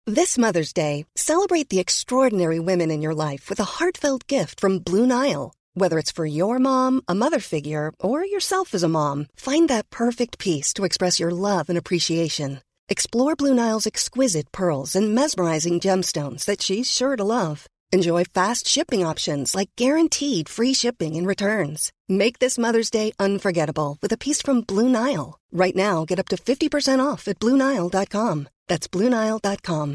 This Mother's Day, celebrate the extraordinary women in your life with a heartfelt gift from Blue Nile. Whether it's for your mom, a mother figure, or yourself as a mom, find that perfect piece to express your love and appreciation. Explore Blue Nile's exquisite pearls and mesmerizing gemstones that she's sure to love. Enjoy fast shipping options like guaranteed free shipping and returns. Make this Mother's Day unforgettable with a piece from Blue Nile. Right now, get up to 50% off at BlueNile.com. That's BlueNile.com.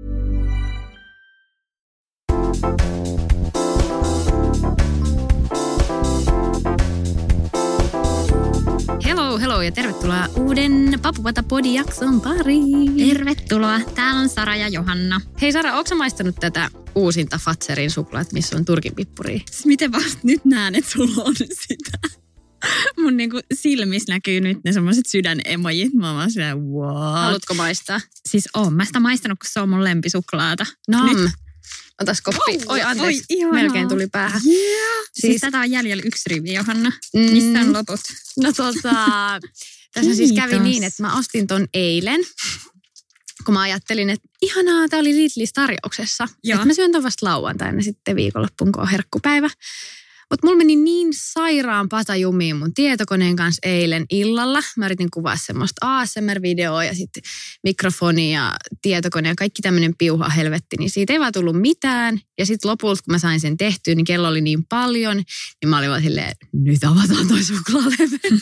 Hello ja tervetuloa uuden Papupata-podi-jakson pariin. Tervetuloa. Täällä on Sara ja Johanna. Hei Sara, ootko sä maistanut tätä uusinta Fatserin suklaat, missä on turkinpippuria? Miten vasta nyt näen, että sulla on sitä? Mun niinku silmissä näkyy nyt ne semmoiset sydänemojit. Mä oon vaan silleen, what? Haluatko maistaa? Siis oon mä sitä maistanut, kun se on mun lempisuklaata. Nyt. Otas koppi. Oi, anteeksi. Melkein tuli päähän. Yeah. Siis tätä on jäljellä 1 rivi, Johanna. Missä on loput? No tässä siis kävi niin, että mä ostin ton eilen. Kun mä ajattelin, että ihanaa, tää oli Lidlissä tarjouksessa. Että mä syön ton vasta lauantaina sitten viikonloppuun, kun on herkkupäivä. Mutta mulla meni niin sairaan patajumiin mun tietokoneen kanssa eilen illalla. Mä yritin kuvaa semmoista ASMR-videoa ja sitten mikrofoni ja tietokone ja kaikki tämmöinen piuha helvetti. Niin siitä ei vaan tullut mitään. Ja sitten lopulta, kun mä sain sen tehtyä, niin kello oli niin paljon. Niin mä olin vaan silleen, nyt avataan toi suklaaleve.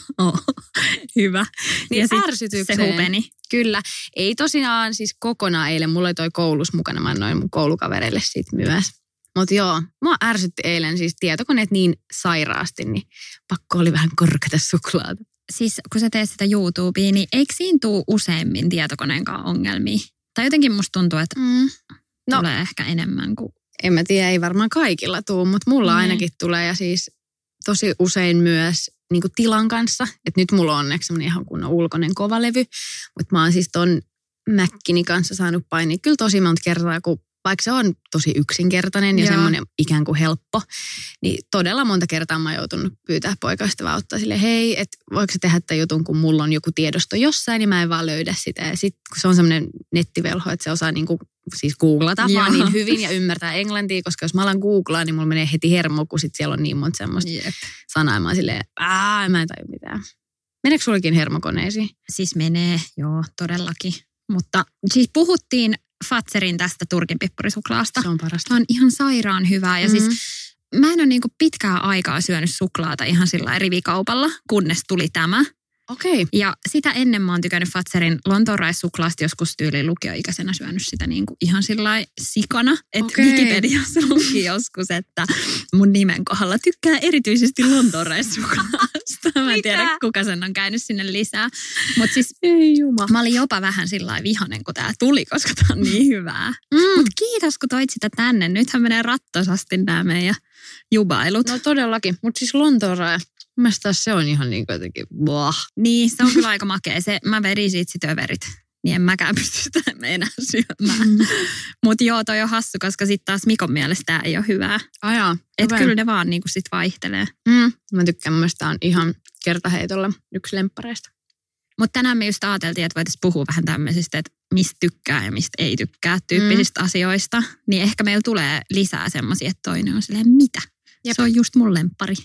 Hyvä. Niin ärsytykseen. Se hupeni. Kyllä. Ei tosiaan siis kokonaan eilen. Mulla oli toi koulussa mukana. Mä annoin mun koulukavereille siitä myös. Mutta joo, mua ärsytti eilen siis tietokoneet niin sairaasti, niin pakko oli vähän korkata suklaata. Siis kun sä teet sitä YouTubea, niin eikö siinä tule useimmin tietokoneenkaan ongelmia? Tai jotenkin musta tuntuu, että tulee ehkä enemmän kuin... En mä tiedä, ei varmaan kaikilla tule, mutta mulla ainakin tulee ja siis tosi usein myös niin kuin tilan kanssa. Että nyt mulla on onneksi semmoinen ihan kunnon ulkoinen kovalevy, mutta mä oon siis ton Mäkkini kanssa saanut painia kyllä tosi monta kertaa, kun vaikka se on tosi yksinkertainen ja semmoinen ikään kuin helppo, niin todella monta kertaa mä oon joutunut pyytää poikaystävää ottaa sille, hei, että voiko se tehdä tämän jutun, kun mulla on joku tiedosto jossain, niin mä en vaan löydä sitä. Ja sitten kun se on semmoinen nettivelho, että se osaa niinku siis googlata vaan niin hyvin ja ymmärtää englantia, koska jos mä alan googlaa, niin mulla menee heti hermo, kun sit siellä on niin monta semmoista sanaa. Ja mä oon silleen, mä en taju mitään. Meneekö sullekin hermokoneisiin? Siis menee, joo, todellakin. Mutta siis puhuttiin Fatserin tästä turkinpippurisuklaasta. Se on parasta. Tämä on ihan sairaan hyvää ja siis mä en ole niinku pitkää aikaa syönyt suklaata ihan sillä rivikaupalla, kunnes tuli tämä. Okei. Ja sitä ennen mä oon tykännyt Fatserin lontoraissuklaasta joskus tyyliin lukioikäisenä syönyt sitä niinku ihan sillä sikana. Että Wikipediassa luki joskus, että mun nimen kohdalla tykkää erityisesti lontoraissuklaasta. Mä en tiedä, kuka sen on käynyt sinne lisää. Mutta siis mä olin jopa vähän sillä vihanen, kun tää tuli, koska tää on niin hyvää. Mutta kiitos, kun toit sitä tänne. Nythän menee rattosasti nämä meidän jubailut. No todellakin. Mutta siis lontoraa. Mielestäni se on ihan niin jotenkin Niin, se on kyllä aika makea. Mä vedin siitä sit överit, niin en mäkään pysty sitä enää syömään. Mutta joo, toi on hassu, koska sitten taas Mikon mielestä tää ei ole hyvää. Että kyllä ne vaan niinku sit vaihtelee. Mä tykkään, mielestäni tää on ihan kertaheitolla yksi lemppareista. Mutta tänään me just ajateltiin, että voitaisiin puhua vähän tämmöisistä, että mistä tykkää ja mistä ei tykkää tyyppisistä asioista. Niin ehkä meillä tulee lisää semmoisia, että toinen on silleen, mitä? Jep. Se on just mun lemppari.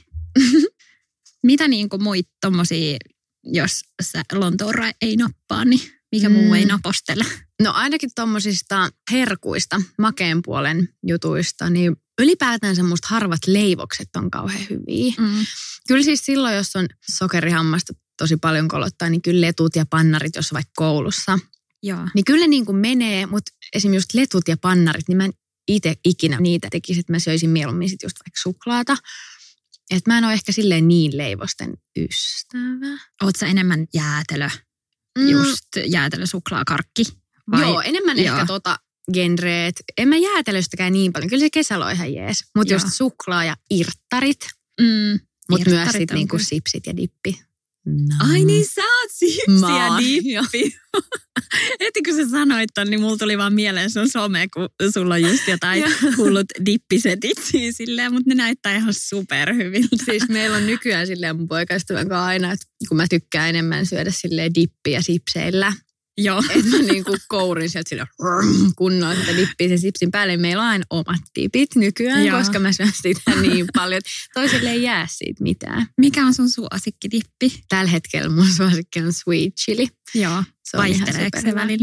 Mitä niinku muita tommosia, jos se Lontoora ei nappaa, niin mikä muu ei napostele? No ainakin tommosista herkuista, makeen puolen jutuista, niin ylipäätään semmoista harvat leivokset on kauhean hyviä. Kyllä siis silloin, jos on sokerihammasta tosi paljon kolottaa, niin kyllä letut ja pannarit, jos on vaikka koulussa. Joo. Niin kyllä niin kuin menee, mutta esimerkiksi just letut ja pannarit, niin mä en itse ikinä niitä tekisi, että mä söisin mieluummin sit just vaikka suklaata. Että mä en ole ehkä silleen niin leivosten ystävä. Oot sä enemmän jäätelö? Just jäätelösuklaakarkki? Joo, enemmän ehkä genreet. En mä jäätelöstäkään niin paljon. Kyllä se kesällä on ihan jees. Mutta just suklaa ja irttarit. Mutta myös sit niinku sipsit ja dippi. Ai niin, sä oot sipsi ja dippi. Heti kun sä sanoit ton, niin mulla tuli vaan mieleen sun some, kun sulla on just jotain hullut dippisetit silleen, mutta ne näyttää ihan superhyviltä. Siis meillä on nykyään silleen mun poikaystävän kanssa aina, että kun mä tykkään enemmän syödä silleen dippiä sipseillä. Joo. Että mä niinku kourin sieltä sillä kunnolla sitä dippiä sen sipsin päälle. Meillä on aina omat tipit nykyään, Joo. koska mä syön sitä niin paljon, että toiselle ei jää siitä mitään. Mikä on sun suosikkidippi? Tällä hetkellä mun suosikki on sweet chili. Joo. Se on ihan Vaihteleeko se superhyvä. välillä?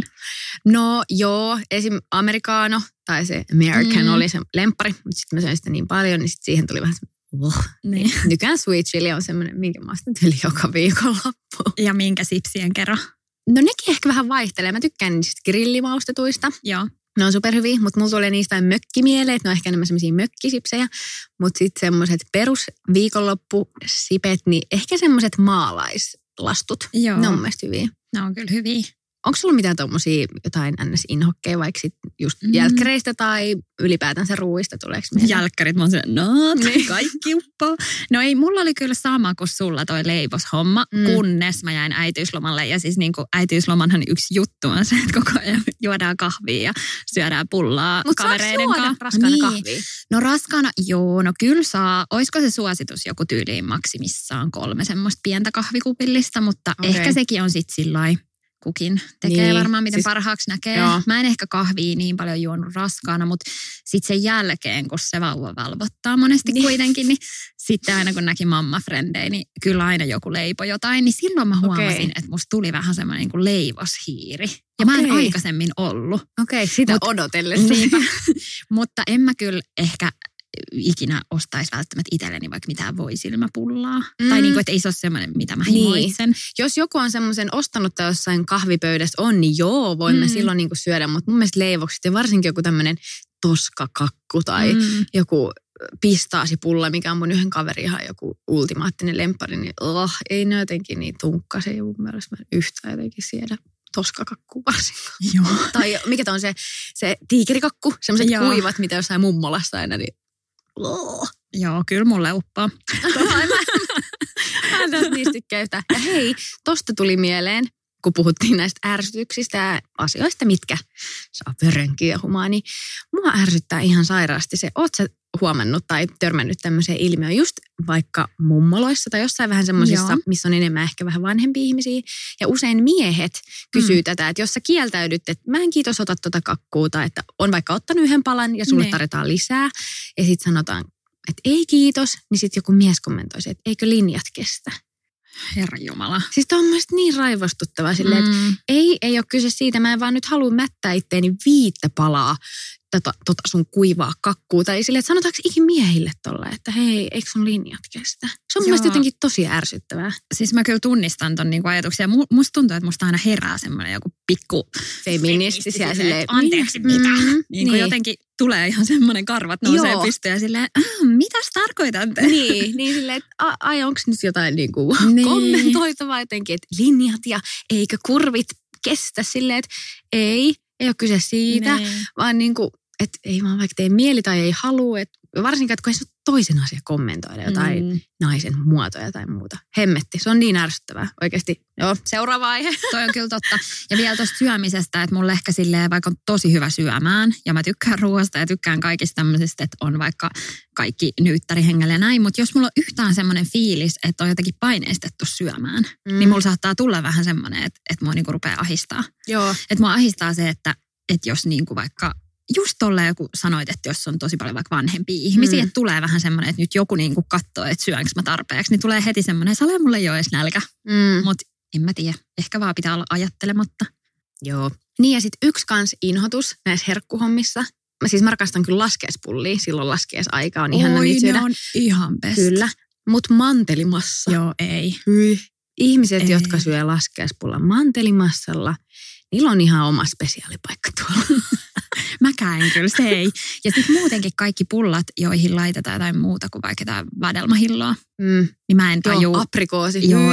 No joo, esim. Americano tai se American oli se lemppari, mutta sitten mä söin sitä niin paljon, niin sitten siihen tuli vähän Niin. Nykyään sweet chili on semmoinen, minkä mä ostan yli joka viikonloppu. Ja minkä sipsien kerro? No nekin ehkä vähän vaihtelee. Mä tykkään niistä grillimaustetuista. Joo. Ne on superhyviä, mutta mulla tulee niistä mökkimieleen, että ne on ehkä enemmän semmoisia mökkisipsejä. Mutta sitten semmoiset perusviikonloppusipet, niin ehkä semmoiset maalaislastut. Joo. Ne on mun mielestä hyviä. Ne on kyllä hyviä. Onko sulla mitään tommosia jotain ns-inhokkeja vaikka sit just jälkkäreistä tai ylipäätänsä ruuista tuleeko mieleen? Jälkkärit, mä oon Niin. kaikki uppoo. No ei, mulla oli kyllä sama kuin sulla toi leivoshomma, kunnes mä jäin äitiyslomalle. Ja siis niinku äitiyslomanhan yksi juttu on se, että koko ajan juodaan kahvia ja syödään pullaa kavereiden kanssa. Mutta raskaana kahvia? No raskaana, joo, no kyllä saa. Olisiko se suositus joku tyyliin maksimissaan 3 semmoista pientä kahvikupillista, mutta ehkä sekin on sitten sillain. Kukin tekee varmaan, miten parhaaksi näkee. Joo. Mä en ehkä kahvia niin paljon juonut raskaana, mutta sitten sen jälkeen, kun se vauva valvottaa monesti kuitenkin, niin sitten aina kun näki mammafrendejä, niin kyllä aina joku leipo jotain. Niin silloin mä huomasin, että musta tuli vähän semmoinen niin kuin leivoshiiri. Ja mä en aikaisemmin ollut. Sitä odotellessa. Niinpä. Mutta en mä kyllä ehkä ikinä ostaisi välttämättä itselleni vaikka mitään voisilmäpullaa. Tai niin kuin, että ei se ole semmoinen, mitä mä himoitsen. Jos joku on semmoisen ostanut tai jossain kahvipöydässä on, niin joo, voimme silloin niin kuin syödä. Mutta mun mielestä leivokset ja varsinkin joku tämmöinen toskakakku tai joku pistaasipulla, mikä on mun yhden kaveri ihan joku ultimaattinen lemppari, niin ei ne jotenkin niin tunkkaisia. Mun mielestä mä yhtään jotenkin siedä toskakakku varsinkaan. Joo. Tai mikä on se tiikerikakku, semmoiset kuivat, mitä jossain mummolassa aina, niin Joo, kyllä mulle uppaa. Mä en taas niistä tykkää yhtään. Ja hei, tosta tuli mieleen, kun puhuttiin näistä ärsytyksistä ja asioista, mitkä saa pörön kiehumaan, niin mua ärsyttää ihan sairaasti se. Oot sä huomannut tai törmännyt tämmöiseen ilmiöön just vaikka mummoloissa tai jossain vähän semmoisissa, missä on enemmän ehkä vähän vanhempia ihmisiä. Ja usein miehet kysyy tätä, että jos sä kieltäydyt, että mä en kiitos ota tota kakkua tai että on vaikka ottanut yhden palan ja sulle tarjotaan lisää ja sitten sanotaan, että ei kiitos, niin sitten joku mies kommentoisi, että eikö linjat kestä. Herranjumala. Siis tämä on mielestäni niin raivostuttavaa silleen, että ei ole kyse siitä, mä en vaan nyt halua mättää itteeni 5 palaa tota sun kuivaa kakkuu. Tai silleen, että sanotaanko ikin miehille tolla, että hei, eikö sun linjat kestä? Se on mun mielestä jotenkin tosi ärsyttävää. Siis mä kyllä tunnistan ton niinku ajatuksia. Musta tuntuu, että musta aina herää semmoinen joku pikku feministisiä silleen. Anteeksi, mitä? Niin jotenkin tulee ihan semmoinen karvat nousee pystyyn ja silleen, mitäs tarkoitan te? Niin silleen, että ai onko nyt jotain niinku kommentoitavaa jotenkin, että linjat ja eikö kurvit kestä silleen, että ei ole kyse siitä, vaan niinku, että ei vaan vaikka tee mieli tai ei halua, että varsinkaan, että kun ei se ole toisen asia kommentoida jotain naisen muotoja tai muuta. Hemmetti, se on niin ärsyttävää oikeasti. Joo, seuraava aihe. Toi on kyllä totta. Ja vielä tuosta syömisestä, että mulle ehkä silleen vaikka on tosi hyvä syömään ja mä tykkään ruoasta ja tykkään kaikista tämmöisistä, että on vaikka kaikki nyyttärihengellä ja näin, mutta jos mulla on yhtään semmoinen fiilis, että on jotenkin paineistettu syömään, niin mulla saattaa tulla vähän semmoinen, että mua niinku rupeaa ahistaa. Joo. Että mua ahistaa se, että jos niinku vaikka just tolleen joku sanoit, että jos on tosi paljon vaikka vanhempia ihmisiä, että tulee vähän semmoinen, että nyt joku niinku katsoo, että syönkö mä tarpeeksi, niin tulee heti semmoinen, sale mulle jo edes nälkä. Mutta en mä tiedä, ehkä vaan pitää olla ajattelematta. Joo. Niin ja sitten yksi kans inhotus näissä herkkuhommissa. Mä rakastan kyllä laskiaispullia, silloin laskiaisaika on ihana niitä syödä. Ne on ihan best. Kyllä, mutta mantelimassa. Joo, ei. Hyi. Ihmiset, jotka syö laskiaispullan mantelimassalla, niillä on ihan oma spesiaalipaikka tuolla. Mäkään en kyllä, se ei. Ja sitten muutenkin kaikki pullat, joihin laitetaan jotain muuta kuin vaikka jotain vadelmahilloa, niin mä en tajua. Joo, aprikoosi. Joo,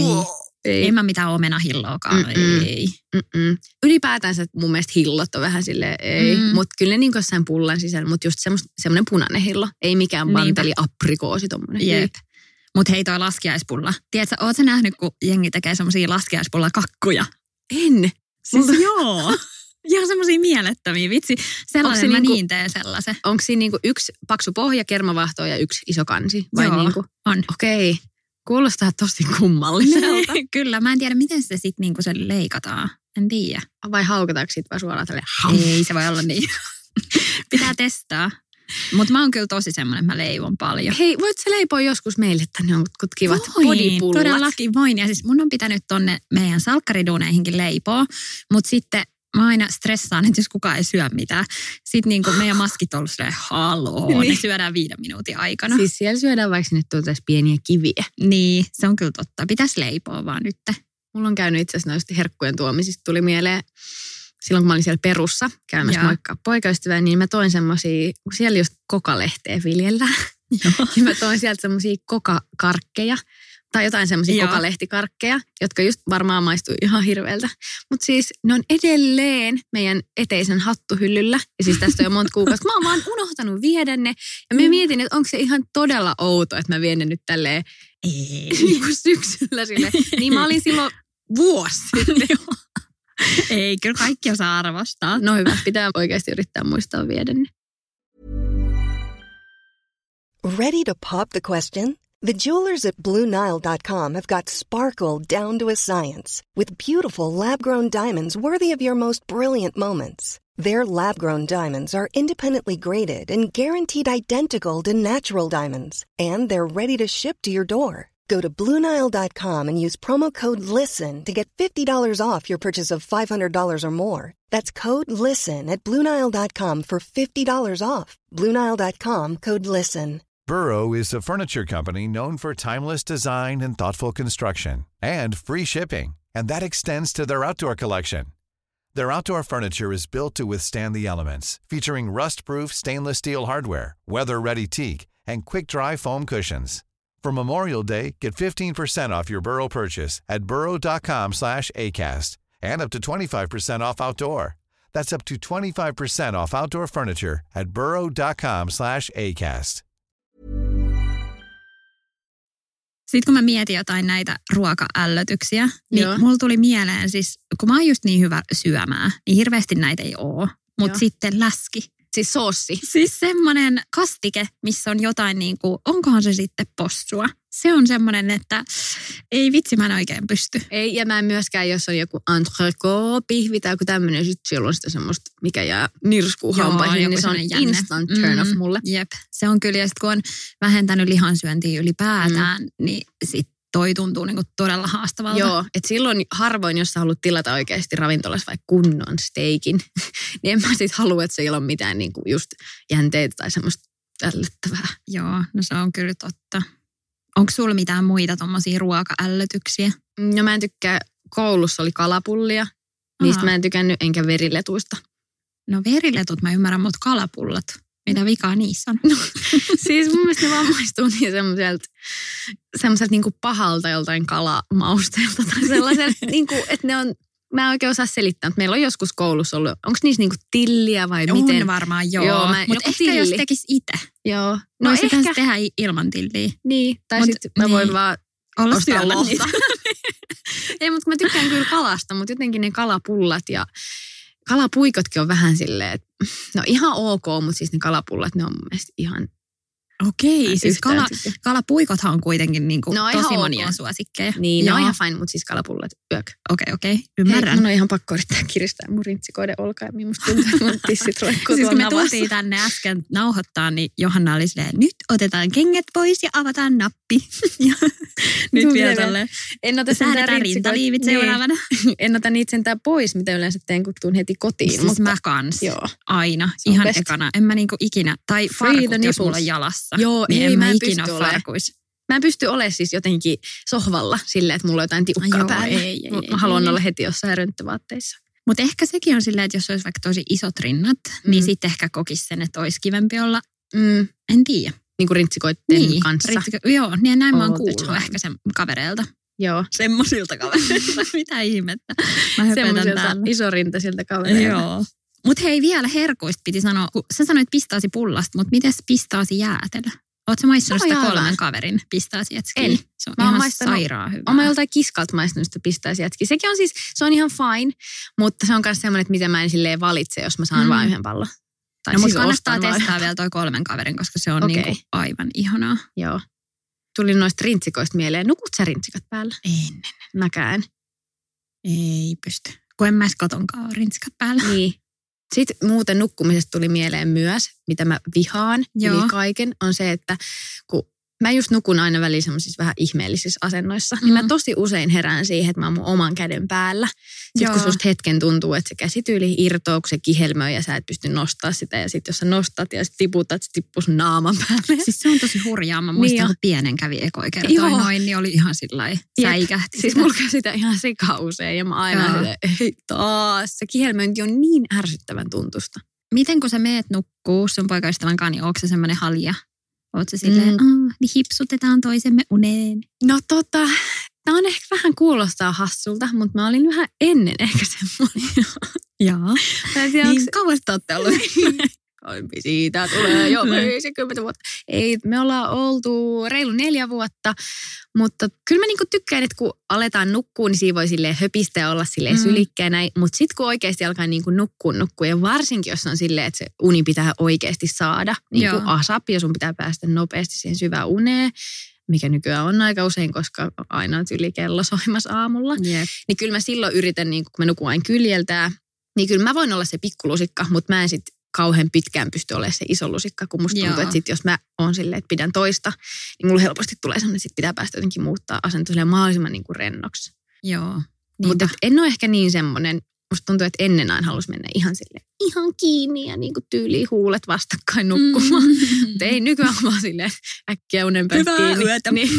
ei. En mä mitään omenahilloakaan, ei. Ylipäätänsä mun mielestä hillot on vähän silleen, ei. Mutta kyllä ne niin kuin jossain pullan sisällä, mutta just semmoinen punainen hillo. Ei mikään manteli, aprikoosi tommonen. Jep. Mutta hei toi laskiaispulla. Tiedätkö, oot sä nähnyt, kun jengi tekee semmosia laskiaispulla-kakkuja? En. Siis joo. Ihan semmosia mielettömiä. Vitsi, sellainen mä niin teen sellaisen. Onko siinä niinku yksi paksu pohja, kermavahto ja yksi iso kansi? Vai joo, niinku? on. Okei. Kuulostaa tosi kummalliselta. Kyllä, mä en tiedä, miten se sitten niinku se leikataan. En tiedä. Vai haukataanko sit vaan suoraan tälleen? Ei, se voi olla niin. Pitää testaa. Mutta mä oon kyllä tosi semmoinen, että mä leivon paljon. Hei, voit sä leipoa joskus meille tänne jotkut kivat podipullat? Todellakin voin. Ja siis mun on pitänyt tonne meidän salkkariduuneihinkin leipoa, mutta sitten mä aina stressaan, että jos kukaan ei syö mitään. Sitten niin kuin meidän maskit on ollut silleen, haloo, ne syödään 5 minuutin aikana. Siis siellä syödään vaikka sinne tultaisiin pieniä kiviä. Niin, se on kyllä totta. Pitäisi leipoa vaan nyt. Mulla on käynyt itse asiassa noista herkkujen tuomisista. Tuli mieleen, silloin kun mä olin siellä Perussa käymässä moikkaa poikaystävää, niin mä toin semmosia, kun siellä just kokalehteä viljellään. Niin mä toin sieltä semmosia kokakarkkeja. Tai jotain semmoisia kokalehtikarkkeja, jotka just varmaan maistuu ihan hirveältä. Mutta siis ne on edelleen meidän eteisen hattuhyllyllä. Ja siis tästä on jo monta kuukautta. Mä oon vaan unohtanut viedä ne. Ja mä mietin, että onko se ihan todella outo, että mä vien ne nyt tälleen niin kuin syksyllä sille. Niin mä olin silloin vuosi sitten. Ei, kyllä kaikki osaa arvostaa. No hyvä, pitää oikeasti yrittää muistaa viedä ne. Ready to pop the question? The jewelers at BlueNile.com have got sparkle down to a science with beautiful lab-grown diamonds worthy of your most brilliant moments. Their lab-grown diamonds are independently graded and guaranteed identical to natural diamonds, and they're ready to ship to your door. Go to BlueNile.com and use promo code LISTEN to get $50 off your purchase of $500 or more. That's code LISTEN at BlueNile.com for $50 off. BlueNile.com, code LISTEN. Burrow is a furniture company known for timeless design and thoughtful construction, and free shipping, and that extends to their outdoor collection. Their outdoor furniture is built to withstand the elements, featuring rust-proof stainless steel hardware, weather-ready teak, and quick-dry foam cushions. For Memorial Day, get 15% off your Burrow purchase at burrow.com/ACAST, and up to 25% off outdoor. That's up to 25% off outdoor furniture at burrow.com/ACAST. Sitten kun mä mietin jotain näitä ruoka-ällötyksiä, niin mulla tuli mieleen siis, kun mä oon just niin hyvä syömään, niin hirveästi näitä ei oo. Mutta sitten läski. Siis soossi. Siis semmoinen kastike, missä on jotain niin kuin, onkohan se sitten possua. Se on semmoinen, että ei vitsi, mä en oikein pysty. Ei, ja mä en myöskään, jos on joku entrecôte, pihvi tai joku tämmöinen, sitten siellä on sitä semmoista, mikä jää nirskuu hampaihin, niin se on instant turn off mulle. Jep, se on kyllä, ja sitten kun on vähentänyt lihansyöntiä ylipäätään, niin sitten toi tuntuu niinku todella haastavalta. Joo, että silloin harvoin, jos sä haluat tilata oikeasti ravintolassa vaikka kunnon steikin, niin en mä sit halua, että siellä on mitään niinku just jänteitä tai semmoista ällöttävää. Joo, no se on kyllä totta. Onko sulla mitään muita tommosia ruoka-ällötyksiä? No mä en tykkää, koulussa oli kalapullia, niistä mä en tykännyt, enkä veriletuista. No veriletut mä ymmärrän, mutta kalapullat. Mitä vikaa niissä on? No, siis mun mielestä ne vaan maistuu niin semmoiselta niinku pahalta joltain kalamausteelta tai sellaiselta, niinku, että ne on, mä en oikein osaa selittää, mutta meillä on joskus koulussa ollut, onko niissä niinku tilliä vai miten? On varmaan, joo. Mutta ehkä tilli. Jos tekisi itse. Joo. No ehkä. Sitä tehdä ilman tilliä. Niin, tai sitten mä voin vaan olla syömässä. Ei, mutta mä tykkään kyllä kalasta, mutta jotenkin ne kalapullat ja kalapuikotkin on vähän silleen, että no ihan ok, mutta siis ne kalapullat, ne on mun mielestä ihan... Okei, siis kalapuikothan on kuitenkin niinku tosi monien suosikkeja. Niin, ne on ihan fine, mutta siis kalapullat yök. Okei, ymmärrän. Mun on ihan pakko yrittää kiristää mun rintsikoiden olkaimia. Musta tuntuu, että mun tissit roikkuu siis tuolla kun me navassa. tultiin tänne äsken nauhoittaa, niin Johanna oli silleen, nyt otetaan kengät pois ja avataan nappi. Ja nyt vielä tolleen. Säädetään rintaliivit seuraavana. En ota niitä sentään pois, mitä yleensä teen, kun tuun heti kotiin. Siis mutta mä kans. Joo. Aina. Ihan ekana. En mä niinku ikinä. Tai farkut, jos mulla on jalassa. Joo, niin ei, mä en ikinä ole farkuissa. Mä en pysty olemaan siis jotenkin sohvalla silleen, että mulla on jotain tiukkaa päällä. Mä haluan olla heti jossain rönttövaatteissa. Mutta ehkä sekin on silleen, että jos olisi vaikka tosi isot rinnat, niin sitten ehkä kokisi sen, että olisi kivempi olla, en tiedä. Niin kuin rintsikoiden kanssa. Joo, niin näin mä oon kuullut ehkä sen kavereilta. Joo. Semmoisilta kavereilta. Mitä ihmettä. Mä höpötän täällä. Isorintaisilta kavereilta. Joo. Mutta hei, vielä herkuista piti sanoa. Sä sanoit pistaasipullasta, mutta mites pistaasijäätelö? Ootko maistanut sitä 3 kaverin pistaasijätskiä? En. Se on ihan sairaan hyvää. Oon mä joltain kiskalta maistanut sitä pistaasijätskiä. Sekin on siis, se on ihan fine, mutta se on myös semmoinen, että miten mä en silleen valitse, jos mä saan vain yhden pallon. Tai no, siis mutta kannattaa testaa vielä toi 3 kaverin, koska se on niinku aivan ihanaa. Joo. tuli noista rintsikoista mieleen. Nukut sä rintsikat päällä? En. Mäkään. Ei pysty. Kun en mä kotonkaan ole rintsikat päällä. Niin. Sitten muuten nukkumisesta tuli mieleen myös, mitä mä vihaan yli kaiken, on se, että kun mä just nukun aina väliin semmoisissa vähän ihmeellisissä asennoissa, niin mä tosi usein herään siihen, että mä oon mun oman käden päällä. Sitten kun susta hetken tuntuu, että se käsityyli irtoaa, kun se kihelmöi ja sä et pysty nostaa sitä. Ja sitten jos sä nostat ja sit tiputat, se tippuu sun naaman päälle. Siis se on tosi hurjaa. Mä muistan, kun pienen kävi ekoi kertoin noin, niin oli ihan sillai säikähti. Siis mulla käy sitä ihan sikausein ja mä aina ei taas. Se kihelmöinti on niin ärsyttävän tuntusta. Miten kun sä meet nukkuu sun poikaystävän kanssa, niin ootko sä semmoinen halja? Oot sä silleen, niin hipsutetaan toisemme uneen? No tää on ehkä vähän kuulostaa hassulta, mutta mä olin vähän ennen ehkä semmoinen. Joo. Niin kauan te ootte ollut? Kauempi siitä tulee jo 50 vuotta. Ei, me ollaan oltu reilu 4 vuotta, mutta kyllä mä niinku tykkään, että kun aletaan nukkua, niin siinä voi silleen höpistä ja olla silleen sylikkäänä. Mutta sitten kun oikeasti alkaa niinku nukkua, ja varsinkin jos on silleen, että se uni pitää oikeasti saada, niin kuin ASAP, ja sun pitää päästä nopeasti siihen syvään uneen, mikä nykyään on aika usein, koska aina on kello soimassa aamulla. Yep. Niin kyllä mä silloin yritän, niin kun mä nukun aina kyljeltää, niin kyllä mä voin olla se pikkulusikka, mutta mä en sitten kauhean pitkään pysty olemaan se iso lusikka, kun musta tuntuu, että sit jos mä oon silleen, että pidän toista, niin mulla helposti tulee sellainen, että sit pitää päästä jotenkin muuttaa asento mahdollisimman niin kuin rennoksi. Joo. Mutta en ole ehkä niin semmoinen, musta tuntuu, että ennen aina halusi mennä ihan silleen, ihan kiinni ja niin kuin tyyliin huulet vastakkain nukkumaan. Mutta ei nykyään vaan silleen äkkiä unenpäät kiinni. Hyvää yötä. Niin.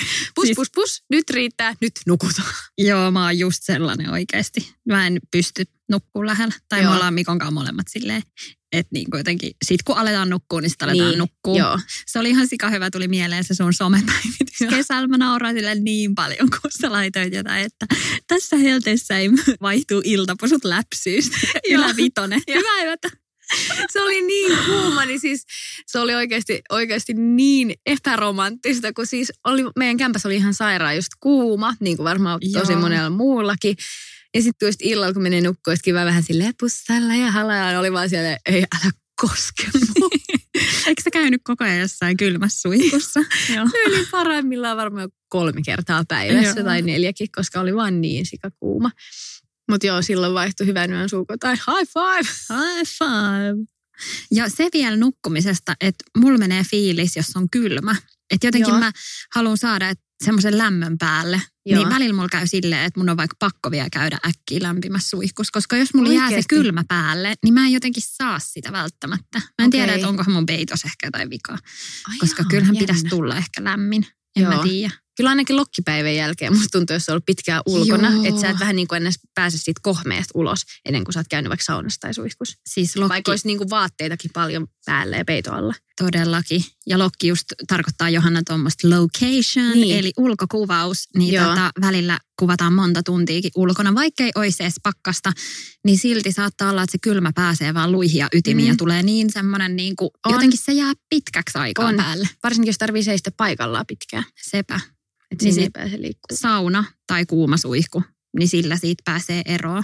Pus, nyt riittää, nyt nukutaan. Joo, mä oon just sellainen oikeasti. Mä en pysty nukkuu lähellä. Tai me ollaan Mikon kanssa molemmat silleen, että niin jotenkin, sit kun aletaan nukkua, niin sitten aletaan nukkua. Joo. Se oli ihan sika hyvä, tuli mieleen se sun somepäivitys kesällä. Mä nauran silleen niin paljon, kun sä laitoit jotain, että tässä helteessä ei vaihtuu iltapusut läpsyystä. Ylävitonen. Hyvää yötä. Se oli niin kuuma, niin siis se oli oikeasti niin epäromanttista, kun siis meidän kämpässä oli ihan sairaan just kuuma, niin kuin varmaan tosi monella muullakin. Ja sitten just illalla, kun menee nukkuun, olisi kiva vähän silleen pussalla ja halaa, oli vaan siellä, ei älä koske mua. Eikö sä käynyt koko ajan jossain kylmässä suihkussa? Yli parhaimmillaan varmaan 3 kertaa päivässä tai 4, koska oli vaan niin sikakuuma. Mutta joo, silloin vaihtui hyvän yön suuko tai high five. High five. Ja se vielä nukkumisesta, että mulla menee fiilis, jos on kylmä. Että jotenkin mä haluan saada semmoisen lämmön päälle. Joo. Niin välillä mulla käy silleen, että mun on vaikka pakko vielä käydä äkkiä lämpimässä suihkussa. Koska jos mulla jää se kylmä päälle, niin mä en jotenkin saa sitä välttämättä. Mä en tiedä, että onkohan mun peitos ehkä jotain vikaa. Koska kyllähän pitäisi tulla ehkä lämmin. En mä tiedä. Kyllä ainakin lokkipäivän jälkeen musta tuntuu, jos sä olet pitkään ulkona, että sä et vähän niin kuin ennen pääse siitä kohmeesta ulos, ennen kuin sä oot käynyt vaikka saunassa tai suihkussa. Siis vaikka olisi niin kuin vaatteitakin paljon päällä ja peito alla. Todellakin. Ja lokki just tarkoittaa Johanna tuommoista location, eli ulkokuvaus. Niin välillä kuvataan monta tuntiakin ulkona. Vaikka ei olisi edes pakkasta, niin silti saattaa olla, että se kylmä pääsee vaan luihin ja ytimiin ja tulee niin semmoinen niin kuin, jotenkin se jää pitkäksi aikaa päälle. Varsinkin jos tarvii seistä paikallaan pitkään. Sepä. Että niin ei pääse liikkumaan. Sauna tai kuuma suihku, niin sillä siitä pääsee eroon.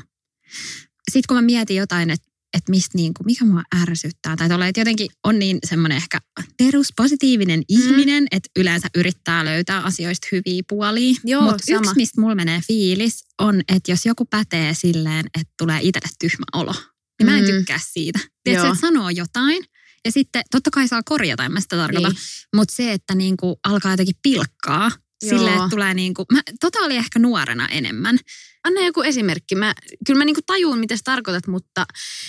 Sitten kun mä mietin jotain, että mistä niinku, mikä mua ärsyttää, tai että jotenkin on niin semmoinen ehkä peruspositiivinen ihminen, että yleensä yrittää löytää asioista hyviä puolia. Mutta yksi, mistä mulla menee fiilis, on, että jos joku pätee silleen, että tulee itselle tyhmä olo, niin mä en tykkää siitä. Tiedätkö, että sanoo jotain, ja sitten totta kai saa korjata, en mä sitä tarkoita, mutta se, että niinku alkaa jotenkin pilkkaa, silleen, että tulee niinku, oli ehkä nuorena enemmän. Anna joku esimerkki. Kyllä mä niinku tajuun, mitä sä tarkoitat, mutta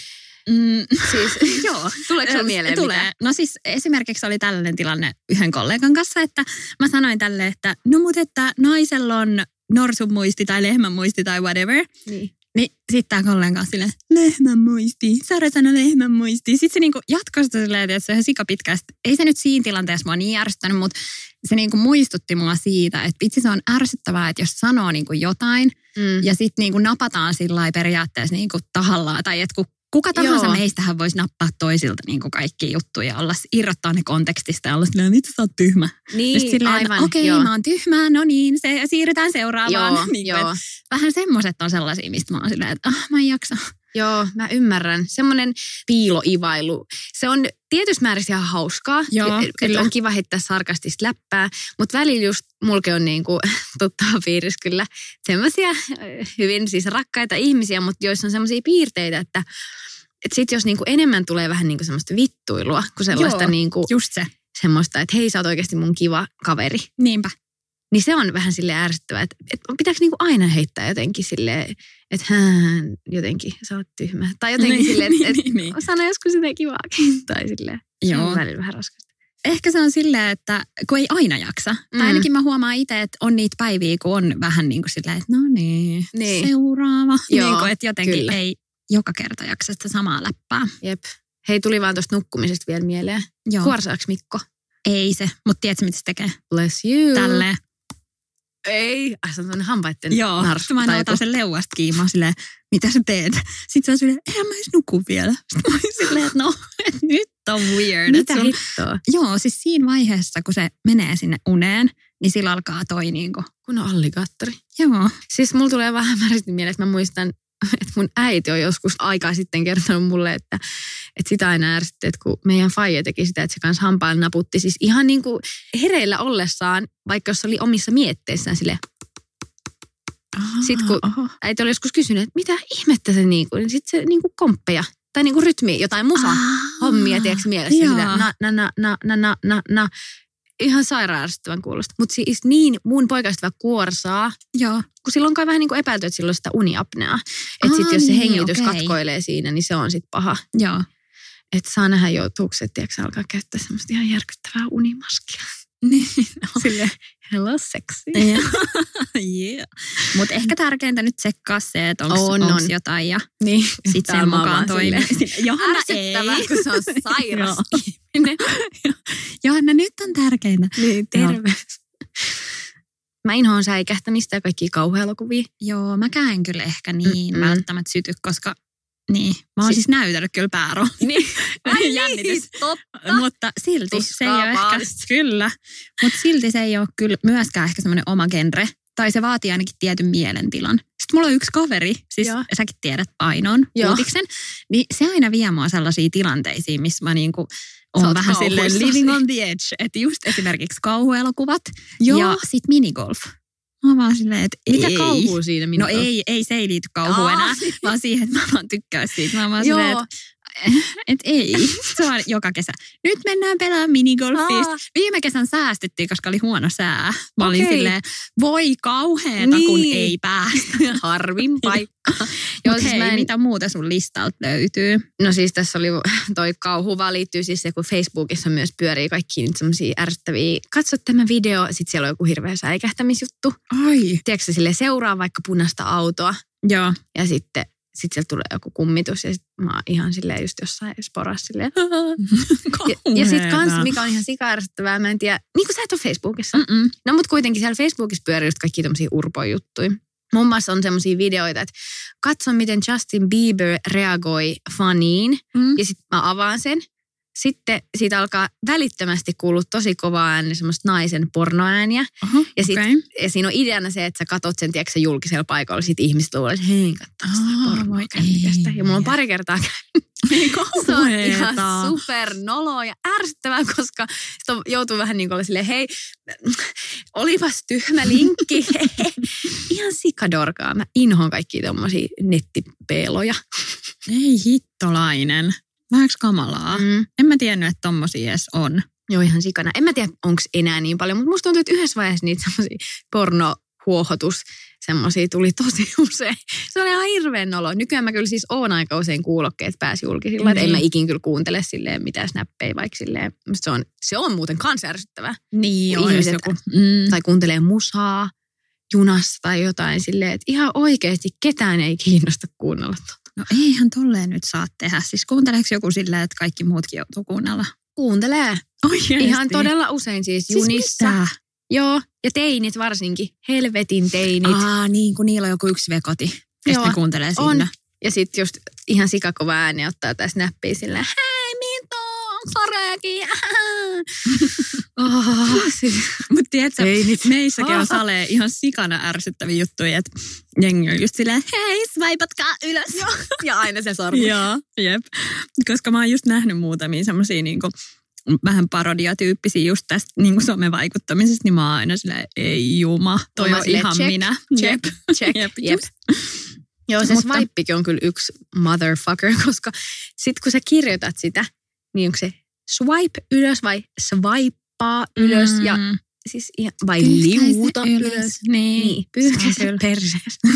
siis, tuleeko sulla mieleen tulee. Mitä? No siis esimerkiksi oli tällainen tilanne yhden kollegan kanssa, että mä sanoin tälle, että no mut että naisella on norsun muisti tai lehmän muisti tai whatever. Niin sitten tämä kollega silleen, lehmän muisti, Sara sanoi lehmän muisti. Sitten se niinku jatkoi sitä silleen, että se on ihan sikapitkä. Ei se nyt siinä tilanteessa mua niin ärsyttänyt, mutta se niinku muistutti mua siitä, että vitsi se on ärsyttävää, että jos sanoo niinku jotain ja sitten niinku napataan sillä lailla periaatteessa niinku tahallaan. Tai että kuka tahansa meistähän voisi nappaa toisilta niinku kaikkia juttuja ja irrottaa ne kontekstista ja olla silleen, vitsi sä oot tyhmä. Niin, aivan. Okei, mä oon tyhmä, no niin, siirrytään seuraavaan. Vähän semmoiset on sellaisia, mistä mä oon silleen, että mä en jaksa. Joo, mä ymmärrän. Semmoinen piiloivailu. Se on tietyssä määrässä ihan hauskaa. Joo, kyllä. On kiva heittää sarkastista läppää. Mutta välillä just mulke on niinku tuttava piirissä kyllä semmoisia hyvin siis rakkaita ihmisiä, mutta joissa on semmoisia piirteitä, että sit jos niinku enemmän tulee vähän niinku semmoista vittuilua, kuin sellaista niinku, just se. semmoista, että hei, sä oot oikeasti mun kiva kaveri. Niinpä. Niin se on vähän silleen ärsyttävää, että pitääkö niinku aina heittää jotenkin silleen, että hän jotenkin, sä oot tyhmä. Tai jotenkin silleen, että sano joskus sitä kivaakin. Tai silleen, se on välillä vähän raskasta. Ehkä se on silleen, että kun ei aina jaksa. Tai ainakin mä huomaan itse, että on niitä päiviä, kun on vähän niin kuin silleen, että no niin, seuraava. Joo, niin kuin, että jotenkin kyllä. ei joka kerta jaksa sitä samaa läppää. Jep. Hei, tuli vaan tuosta nukkumisesta vielä mieleen. Joo. Kuorsaako Mikko? Ei se, mutta tiedätkö mitä se tekee? Bless you. Tälleen. Ei, se on sellainen hampaitten Joo, narsu. mä aina otan sen leuasta kiinni, mä oon silleen, mitä sä teet? Sitten se on silleen, eihän mä edes nuku vielä. Sitten mä oon silleen, että no, että nyt on weird. Mitä hittoa? Joo, siis siinä vaiheessa, kun se menee sinne uneen, niin sillä alkaa toi niinku. Kun on alligaattori. Joo. Siis mulla tulee vähän hämärästi mieleen, että mä muistan, että mun äiti on joskus aikaa sitten kertonut mulle, että sitä aina ärsytti, että kun meidän faija teki sitä, että se kanssa hampaan naputti. Siis ihan niin kuin hereillä ollessaan, vaikka jos oli omissa mietteissään silleen. Sitten kun äiti oli joskus kysynyt, että mitä ihmettä se niinku, niin sitten se niinku komppeja tai niinku rytmiä, jotain musa-hommia, tiedätkö mielessä sitä na. Ihan sairaan ärsyttävän kuulosta. Mutta siis niin mun poikaystävä kuorsaa, Joo. kun silloin kai vähän niin kuin epäilty, että sillä on sitä uniapneaa. Että sitten jos se hengitys katkoilee siinä, niin se on sitten paha. Joo. Että saa nähdä joutuuko se, tiedätkö, alkaa käyttää semmoista ihan järkyttävää unimaskia. Niin. Silleen, hello sexy. Yeah. Mutta ehkä tärkeintä nyt tsekkaa se, että onko jotain ja niin. sitten sen mukaan toimii. Johanna ärsyttävää, kun se on sairas ihminen. Johanna, nyt on tärkeintä. Niin, terve. Mä inhoan säikähtämistä ja kaikkia kauhuelokuvia. Joo, mä käyn kyllä ehkä niin välttämättä syty, koska niin, mä oon siis näytellyt kyllä pääroon. Niin, jännitys. Totta. Mutta silti se ei ole ehkä, kyllä, mutta silti se ei ole kyllä myöskään ehkä semmoinen oma genre. Tai se vaatii ainakin tietyn mielentilan. Sitten mulla on yksi kaveri, siis säkin tiedät Ainon Uutiksen, niin se aina vie mua sellaisiin tilanteisiin, missä mä niinku on vähän silleen living on the edge. Että just esimerkiksi kauhuelokuvat ja sit minigolf. Mä oon vaan silleen, että mitä kauhua siinä minigolf? No ei, se ei liity kauhuun enää, vaan siihen, että mä vaan tykkään siitä. Mä oon vaan silleen, että ei, se on joka kesä. Nyt mennään pelaamaan minigolfista. Viime kesän säästettiin, koska oli huono sää. Mä olin silleen, voi kauheeta, kun ei päästä. Harvin paikka. Mutta hei, mitä muuta sun listalta löytyy? No siis tässä oli toi kauhuva liittyy siis se, kun Facebookissa myös pyörii kaikki nyt semmosia ärsyttäviä. Katso tämä video, sit siellä on joku hirveä säikähtämisjuttu. Ai. Tiedätkö sille seuraa vaikka punaista autoa. Joo. Ja sitten sieltä tulee joku kummitus ja sitten mä oon ihan silleen just jossain sporassa silleen. ja sitten kans, mikä on ihan sika-ärsyttävää, mä en tiedä, niin kuin sä et ole Facebookissa. No mut kuitenkin siellä Facebookissa pyörii just kaikki tommosia urpojuttuja. Muun muassa on semmosia videoita, että katso miten Justin Bieber reagoi faniin ja sitten mä avaan sen. Sitten siitä alkaa välittömästi kuulua tosi kovaa ääni, semmoista naisen pornoääniä. Ja siinä on ideana se, että sä katot sen, tiedätkö, julkisella paikalla, sit ihmiset luulee, että hei, katsotaan sitä pornoa. Ja mulla on pari kertaa käynyt. Se on ihan supernoloa ja ärsyttävää, koska joutuu vähän niin kuin olla silleen, hei, olipas tyhmä linkki. Ihan sikadorkaa. Mä inhoan kaikkia tommosia nettipeeloja. Ei hittolainen. Vähäks kamalaa. En mä tiennyt, että tommosia edes on. Joo, ihan sikana. En mä tiedä, onko enää niin paljon, mutta musta tuntuu, että yhdessä vaiheessa niitä semmosia pornohuohotus semmosia tuli tosi usein. Se oli ihan hirveän nolo. Nykyään mä kyllä siis oon aika usein kuulokkeet pääsi julkisilla. En mä ikin kyllä kuuntele silleen mitään snappeja, vaikka silleen. Se on muuten kans ärsyttävää. Niin, ihmiset joku. Tai kuuntelee musaa junassa tai jotain silleen, että ihan oikeasti ketään ei kiinnosta kuunnella. No eihän tolleen nyt saa tehdä. Siis kuunteleeko joku silleen, että kaikki muutkin joutuu kuunnella? Kuuntelee. Oikeasti. Ihan todella usein siis junissa. Mitä? Joo, ja teinit varsinkin. Helvetin teinit. Niin kuin niillä on joku yksi vekoti. Ja sitten kuuntelee siinä. On. Ja sitten just ihan sikakova ääni ottaa jotain snappia silleen, hei, mito, soreakin. Mutta tiedätkö, meissäkin on salee ihan sikana ärsyttäviä juttuja, että jengi on just silleen, hei, swipatkaa ylös. Ja aina se sormi. Joo, jep. Koska mä oon just nähnyt muutamia semmosia niinku vähän parodiatyyppisiä just tästä niinku somevaikuttamisesta, niin mä oon aina silleen, ei juma, toi on ihan check, minä. Jep. Joo, se swipekin on kyllä yksi motherfucker, koska sit kun sä kirjoitat sitä, niin onko se swipe ylös vai swipea ylös ja siis vai liuta ylös. Niin, pyyhkäise perseestä.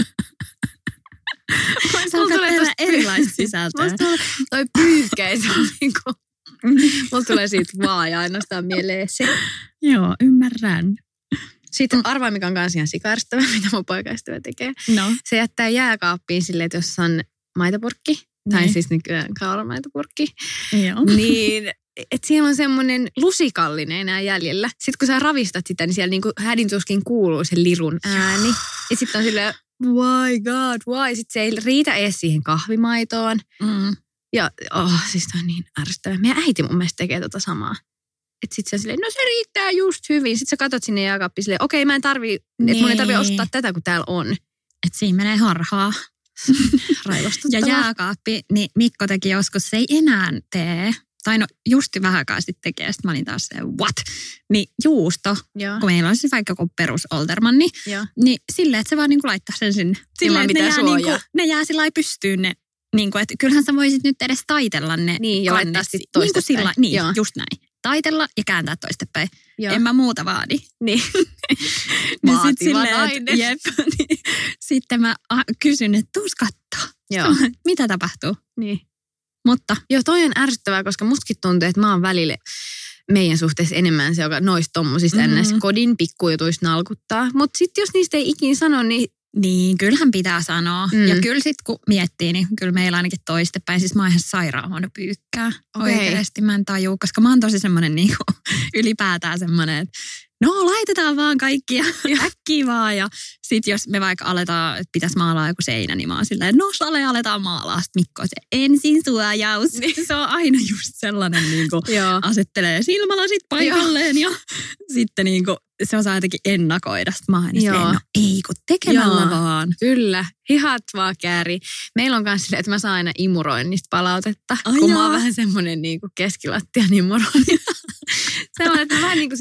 Mulla tulee tehdä erilaista sisältöä. Toi pyyhkäise on niinku, mulla tulee siitä vaan ja ainoastaan mieleen se. Joo, ymmärrän. Sitten arvaa, mikä on kans ihan sikaystävä, mitä mun poikaystävä tekee. No. Se jättää jääkaappiin silleen, että jos on maitopurkki, tai siis nykyään kauramaitopurkki, niin että siellä on semmoinen lusikallinen enää jäljellä. Sitten kun sä ravistat sitä, niin siellä niinku hädintuskin kuuluu se lirun ääni. Ja sitten on silleen, why God, why? Sitten se ei riitä edes siihen kahvimaitoon. Ja siis toi on niin ärsyttävää. Meidän äiti mun mielestä tekee tota samaa. Että sit sä silleen, no se riittää just hyvin. Sitten sä katot sinne jääkaappiin silleen, okei, mä en tarvii, että mun ei tarvii ostaa tätä, kun täällä on. Että siinä menee harhaa. Raivostuttavaa. Ja jääkaappi, niin Mikko teki joskus, se ei enää tee. Tai no justi vähän aikaa sitten tekee, sitten mä olin taas se, what? Niin juusto, kun meillä on siis vaikka joku perus Oltermanni, niin silleen, että se vaan niinku laittaa sen sinne. Silleen, että ne jää sillä lailla pystyyn ne. Niin kuin, että kyllähän sä voisit nyt edes taitella ne niin, ja laittaa sitten toistepäin. Niin, just näin. Taitella ja kääntää toistepäin. En mä muuta vaadi. Niin. Vaativa nainen. Jep. Niin. Sitten mä kysyn, että tuus kattoo. Mitä tapahtuu? Niin. Mutta. Joo, toi on ärsyttävää, koska mustakin tuntuu, että mä oon välillä meidän suhteessa enemmän se, joka noista tommosista kodin pikkujutuista nalkuttaa. Mutta sitten jos niistä ei ikin sano, niin, kyllähän pitää sanoa. Ja kyllä sitten kun miettii, niin kyllä meillä ainakin toistepäin. Siis mä oon ihan sairaan huono pyykkää. Oikeasti mä en tajuu, koska mä oon tosi semmoinen niin ylipäätään semmoinen, että no laitetaan vaan kaikkia äkkiä vaan. Ja sit jos me vaikka aletaan, että pitäisi maalaa joku seinä, niin mä oon silleen, no Sale aletaan maalaa. Sitten Mikko on se ensin suojaus. Niin. Se on aina just sellainen niin kuin asettelee silmälasit paikalleen ja sitten niin kuin se osaa jotenkin ennakoida. Sitten mä oon silleen, no ei kun tekemällä vaan. Kyllä, hihat vaan kääri. Meillä on myös silleen, että mä saan aina imuroinnista palautetta, kun mä oon vähän semmoinen niin kuin keskilattian imurointi. Sellainen, että vähän niin kuin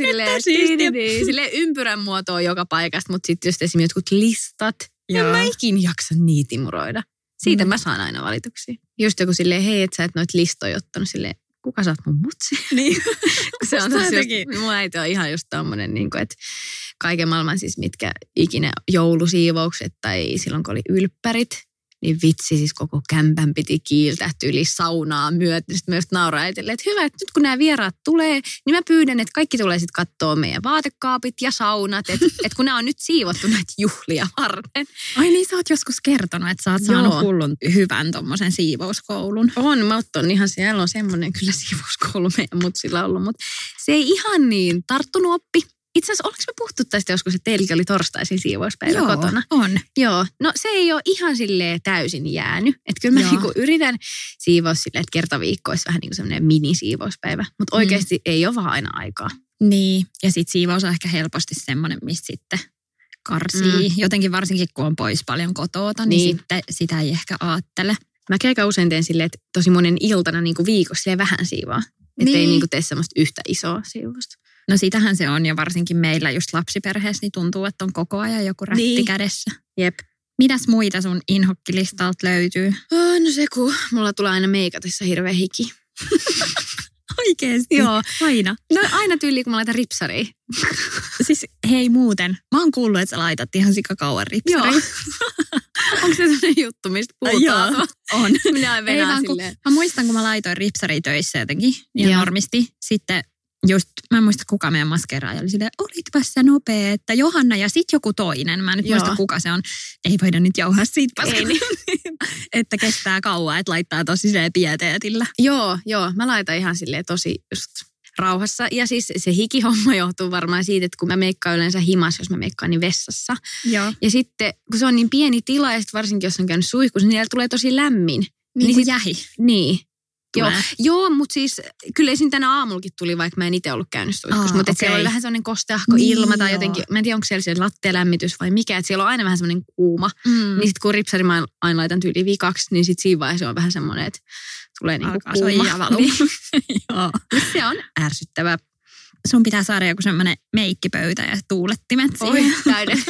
silleen ympyrän muotoa joka paikasta, mutta sitten just esimerkiksi jotkut listat. En mä ikin jaksa niitä imuroida. Siitä mä saan aina valituksia. Just joku silleen, hei, et sä et noita listoja ottanut silleen, kuka sä oot mun mutsi? Niin. Se on taas just, mun äiti on ihan just tommonen, niin kuin, että kaiken maailman siis mitkä ikinä joulusiivoukset tai silloin kun oli ylppärit, niin vitsi siis koko kämpän piti kiiltää yli saunaa myöten. Sitten myös nauraa ajatellen, että hyvä, että nyt kun nämä vieraat tulee, niin mä pyydän, että kaikki tulee sitten katsoa meidän vaatekaapit ja saunat, että kun nämä on nyt siivottu näitä juhlia varten. Ai niin, sä oot joskus kertonut, että sä oot saanut hullun hyvän tommosen siivouskoulun. Mä oon ihan siellä on semmoinen kyllä siivouskoulu meidän mutsilla ollut, mutta se ei ihan niin tarttunut oppi. Itse asiassa, oliko me puhuttu tästä joskus, että teilläkin oli torstaisin siivouspäivä kotona? On. Joo, no se ei ole ihan silleen täysin jäänyt. Että kyllä mä niinku yritän siivoa silleen, että kerta viikko olisi vähän niin kuin semmoinen minisiivouspäivä. Mutta oikeasti ei ole vaan aina aikaa. Niin, ja sitten siivous on ehkä helposti semmoinen, mistä sitten karsii. Jotenkin varsinkin, kun on pois paljon kotoota, niin sitten sitä ei ehkä aattele. Mä aika usein teen silleen, että tosi monen iltana niin kuin viikossa silleen vähän siivaa. Että ei niin kuin tee semmoista yhtä isoa siivousta. No sitähän se on ja varsinkin meillä just lapsiperheessä niin tuntuu, että on koko ajan joku rätti kädessä. Jep. Mitäs muita sun inhokkilistalta löytyy? No se kun mulla tulee aina meikatessa hirveä hiki. Oikeesti? Joo. Aina? No aina tyyliin, kun mä laitan ripsaria. Siis hei muuten, mä oon kuullut, että sä laitat ihan sikakauan ripsaria. Joo. Onko se sellainen juttu, mistä puhutaan? Joo, on. Minä venään silleen. Mä muistan, kun mä laitoin ripsaria töissä jotenkin, ja normisti. Sitten just, mä en muista kuka meidän maskeraaja oli silleen, olitpas sä nopea, että Johanna ja sit joku toinen. Mä en nyt muista kuka se on. Ei voida nyt jauhaa siitä paskaa. Niin. Että kestää kauan, että laittaa tosi silleen pieteetillä. Joo. Mä laitan ihan silleen tosi just rauhassa. Ja siis se hikihomma johtuu varmaan siitä, että kun mä meikkaan yleensä himassa, jos mä meikkaan niin vessassa. Joo. Ja sitten, kun se on niin pieni tila ja sitten varsinkin jos on käynyt suihkussa, niin siellä tulee tosi lämmin. Niin kuin jähi. Niin. tulee. Joo, mutta siis kyllä esim. Tänä aamullakin tuli, vaikka mä en itse ollut käynyt suihkussa. Mutta siellä oli vähän sellainen kosteahko ilma tai jotenkin, mä en tiedä onko siellä lattialämmitys vai mikä, että siellä on aina vähän semmoinen kuuma. Niin sit kun ripsari mä aina laitan tyyliin vikaksi, niin sit siinä vaiheessa on vähän semmoinen, että tulee niinku kuuma. Joo. Se on ärsyttävää. Sun pitää saada joku semmoinen meikkipöytä ja tuulettimet siihen. Oi, täyden.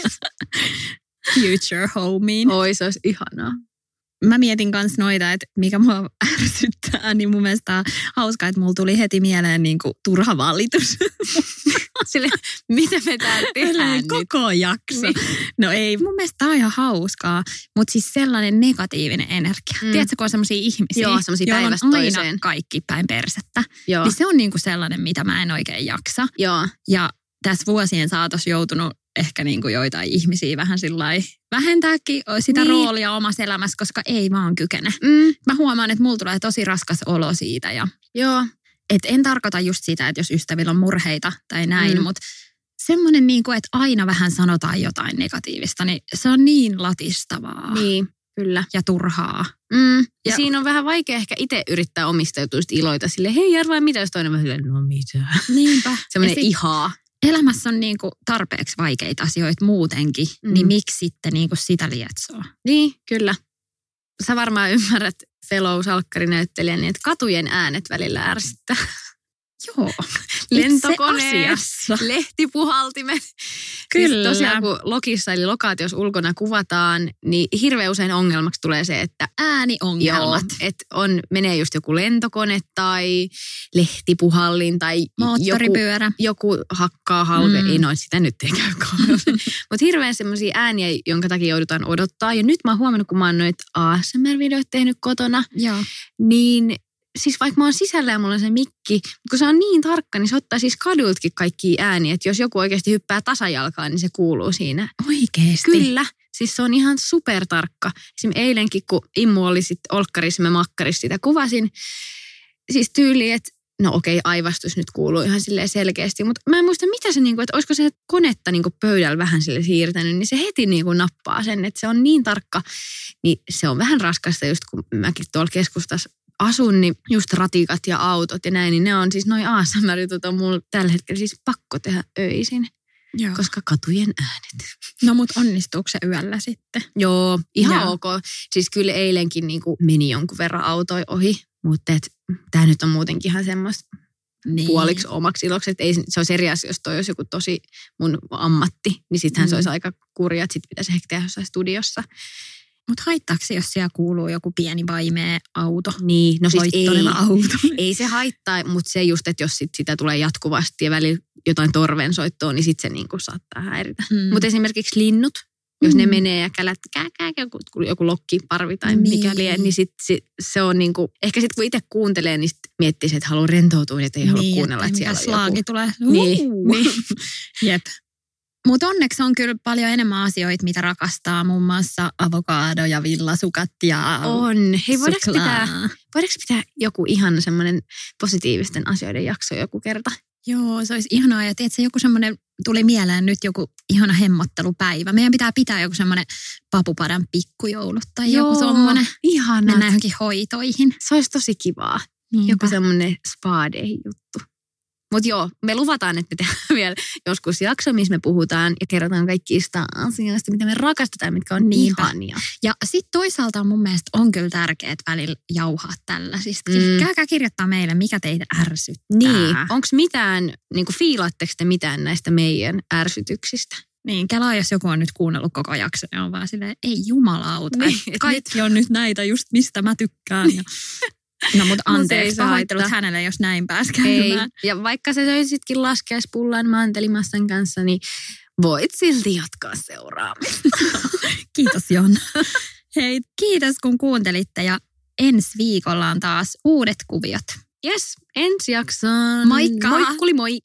Future homeen. Oi, se olisi ihanaa. Mä mietin kans noita, että mikä mua ärsyttää, niin mun mielestä on hauskaa, että mulla tuli heti mieleen niin kuin turha valitus. Sille, mitä me täällä tehdään nyt? Koko jakso. Niin. No ei, mun mielestä tää on ihan hauskaa, mutta siis sellainen negatiivinen energia. Tiedätkö, kun on semmosia ihmisiä, joo, semmosia päivästä toiseen. Aina kaikki päin persettä. Joo. Niin se on niinku sellainen, mitä mä en oikein jaksa. Joo. Ja tässä vuosien saatossa joutunut ehkä niinku joitain ihmisiä vähän sillai vähentääkin sitä roolia omassa elämässä, koska ei vaan kykene. Mä huomaan, että mulla tulee tosi raskas olo siitä. Joo. Et en tarkoita just sitä, että jos ystävillä on murheita tai näin, mutta semmoinen, niinku, että aina vähän sanotaan jotain negatiivista, niin se on niin latistavaa. Niin, kyllä. Ja turhaa. Ja siinä on vähän vaikea ehkä itse yrittää omista jutuista iloita silleen, hei arvaa mitä, jos toinen vähän silleen, no mitä. Niinpä. Semmoinen ihaa. Elämässä on niinku tarpeeksi vaikeita asioita muutenkin, niin miksi sitten niinku sitä lietsoo? Niin, kyllä. Sä varmaan ymmärrät fellow-salkkarinäyttelijän, niin että katujen äänet välillä ärsyttää. Joo. Lentokoneet, lehtipuhaltimet. Kyllä. Siis tosiaan kun lokissa eli lokaatiossa ulkona kuvataan, niin hirveän usein ongelmaksi tulee se, että ääniongelmat. Että menee just joku lentokone tai lehtipuhallin tai moottoripyörä. Joku hakkaa ei noin sitä nyt ei käy kauhean. Mutta hirveän semmoisia ääniä, jonka takia joudutaan odottaa. Ja nyt mä oon huomannut, kun mä oon noita ASMR-videoita tehnyt kotona, niin siis vaikka mä oon sisällä ja mulla on se mikki, kun se on niin tarkka, niin se ottaa siis kadultakin kaikkia ääniä. Että jos joku oikeasti hyppää tasajalkaan, niin se kuuluu siinä. Oikeesti? Kyllä. Siis se on ihan supertarkka. Esimerkiksi eilenkin, kun Immu oli sitten olkkarissa, mä makkarissa sitä kuvasin. Siis tyyli, että no okei, aivastus nyt kuuluu ihan silleen selkeästi. Mutta mä en muista, mitä se niinku, että olisiko se konetta niinku pöydällä vähän sille siirtänyt, niin se heti niinku nappaa sen, että se on niin tarkka. Niin se on vähän raskasta just, kun mäkin tuolla keskustassa asun, niin just ratikat ja autot ja näin, niin ne on siis noi ASMR-jutut on mulla tällä hetkellä siis pakko tehdä öisin. Joo. Koska katujen äänet. No mut onnistuuko se yöllä sitten? Joo, ihan ok. Siis kyllä eilenkin niinku meni jonkun verran autoi ohi, mutta tämä nyt on muutenkin ihan semmoista puoliksi omaksi iloksi. Että ei, se olisi eri asia, jos toi olisi joku tosi mun ammatti, niin sittenhän se olisi aika kurja, että sit pitäisi ehkä tehdä jossain studiossa. Mutta haittaako se, jos siellä kuuluu joku pieni vaimea auto? Niin, no siis auto. Ei se haittaa, mutta se just, että jos sitä tulee jatkuvasti ja välillä jotain torvensoittoa, niin sitten se niinku saattaa häiritä. Mutta esimerkiksi linnut, jos ne menee ja joku lokkiparvi tai mikä lie, niin se on niinku, ehkä sitten kun itse kuuntelee, niin sit miettii se, että haluaa rentoutua, että ei halua kuunnella, että siellä on slaagi tulee. Niin. Jep. Mutta onneksi on kyllä paljon enemmän asioita, mitä rakastaa, muun muassa avokado ja villasukat ja on. Hei, voidaanko pitää joku ihan semmoinen positiivisten asioiden jakso joku kerta? Joo, se olisi ihanaa. Ja tiedätkö, joku semmoinen, tuli mieleen nyt joku ihana hemmottelupäivä. Meidän pitää pitää joku semmoinen papupadan pikkujoulut tai joku semmoinen. Ihanat. Mennään johonkin hoitoihin. Se olisi tosi kivaa. Niinpä. Joku semmoinen spa-day-juttu. Mutta joo, me luvataan, että me tehdään vielä joskus jakso, missä me puhutaan ja kerrotaan kaikista asioista, mitä me rakastetaan, mitkä on ihania. Ja sitten toisaalta mun mielestä on kyllä tärkeää välillä jauhaa tällaisistakin. Käykää kirjoittaa meille, mikä teitä ärsyttää. Niin, onko mitään, niin kuin fiilaatteko te mitään näistä meidän ärsytyksistä? Niin, kelaa, jos joku on nyt kuunnellut koko jakson ja on vaan silleen, ei jumalauta, niin, kaikki on nyt näitä just mistä mä tykkään. No mutta anteeksi, pahoittelut hänelle, jos näin pääsi käymään. Ei. Ja vaikka sä söisitkin laskiaispullan mantelimassan kanssa, niin voit silti jatkaa seuraamista. Kiitos Jonna. Hei, kiitos kun kuuntelitte ja ensi viikolla on taas uudet kuviot. Yes, ensi jaksoon. Moikka! Moikkuli moi!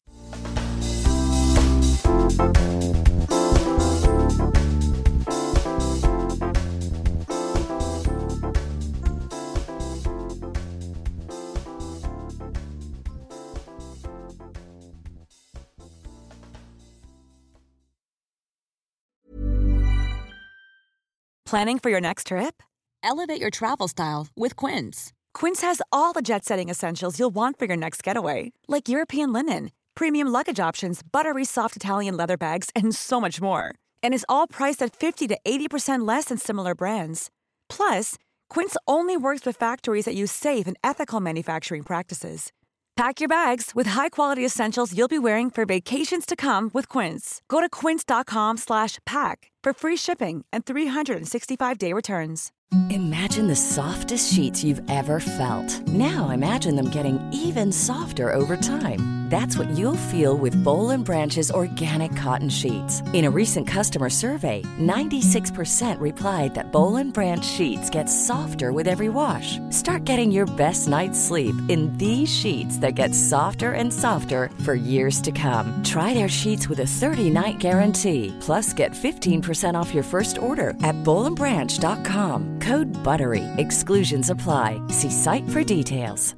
Planning for your next trip? Elevate your travel style with Quince. Quince has all the jet-setting essentials you'll want for your next getaway, like European linen, premium luggage options, buttery soft Italian leather bags, and so much more. And is all priced at 50 to 80% less than similar brands. Plus, Quince only works with factories that use safe and ethical manufacturing practices. Pack your bags with high-quality essentials you'll be wearing for vacations to come with Quince. Go to quince.com/pack for free shipping and 365-day returns. Imagine the softest sheets you've ever felt. Now imagine them getting even softer over time. That's what you'll feel with Boll & Branch's organic cotton sheets. In a recent customer survey, 96% replied that Boll & Branch sheets get softer with every wash. Start getting your best night's sleep in these sheets that get softer and softer for years to come. Try their sheets with a 30-night guarantee. Plus, get 15% off your first order at bollandbranch.com. Code BUTTERY. Exclusions apply. See site for details.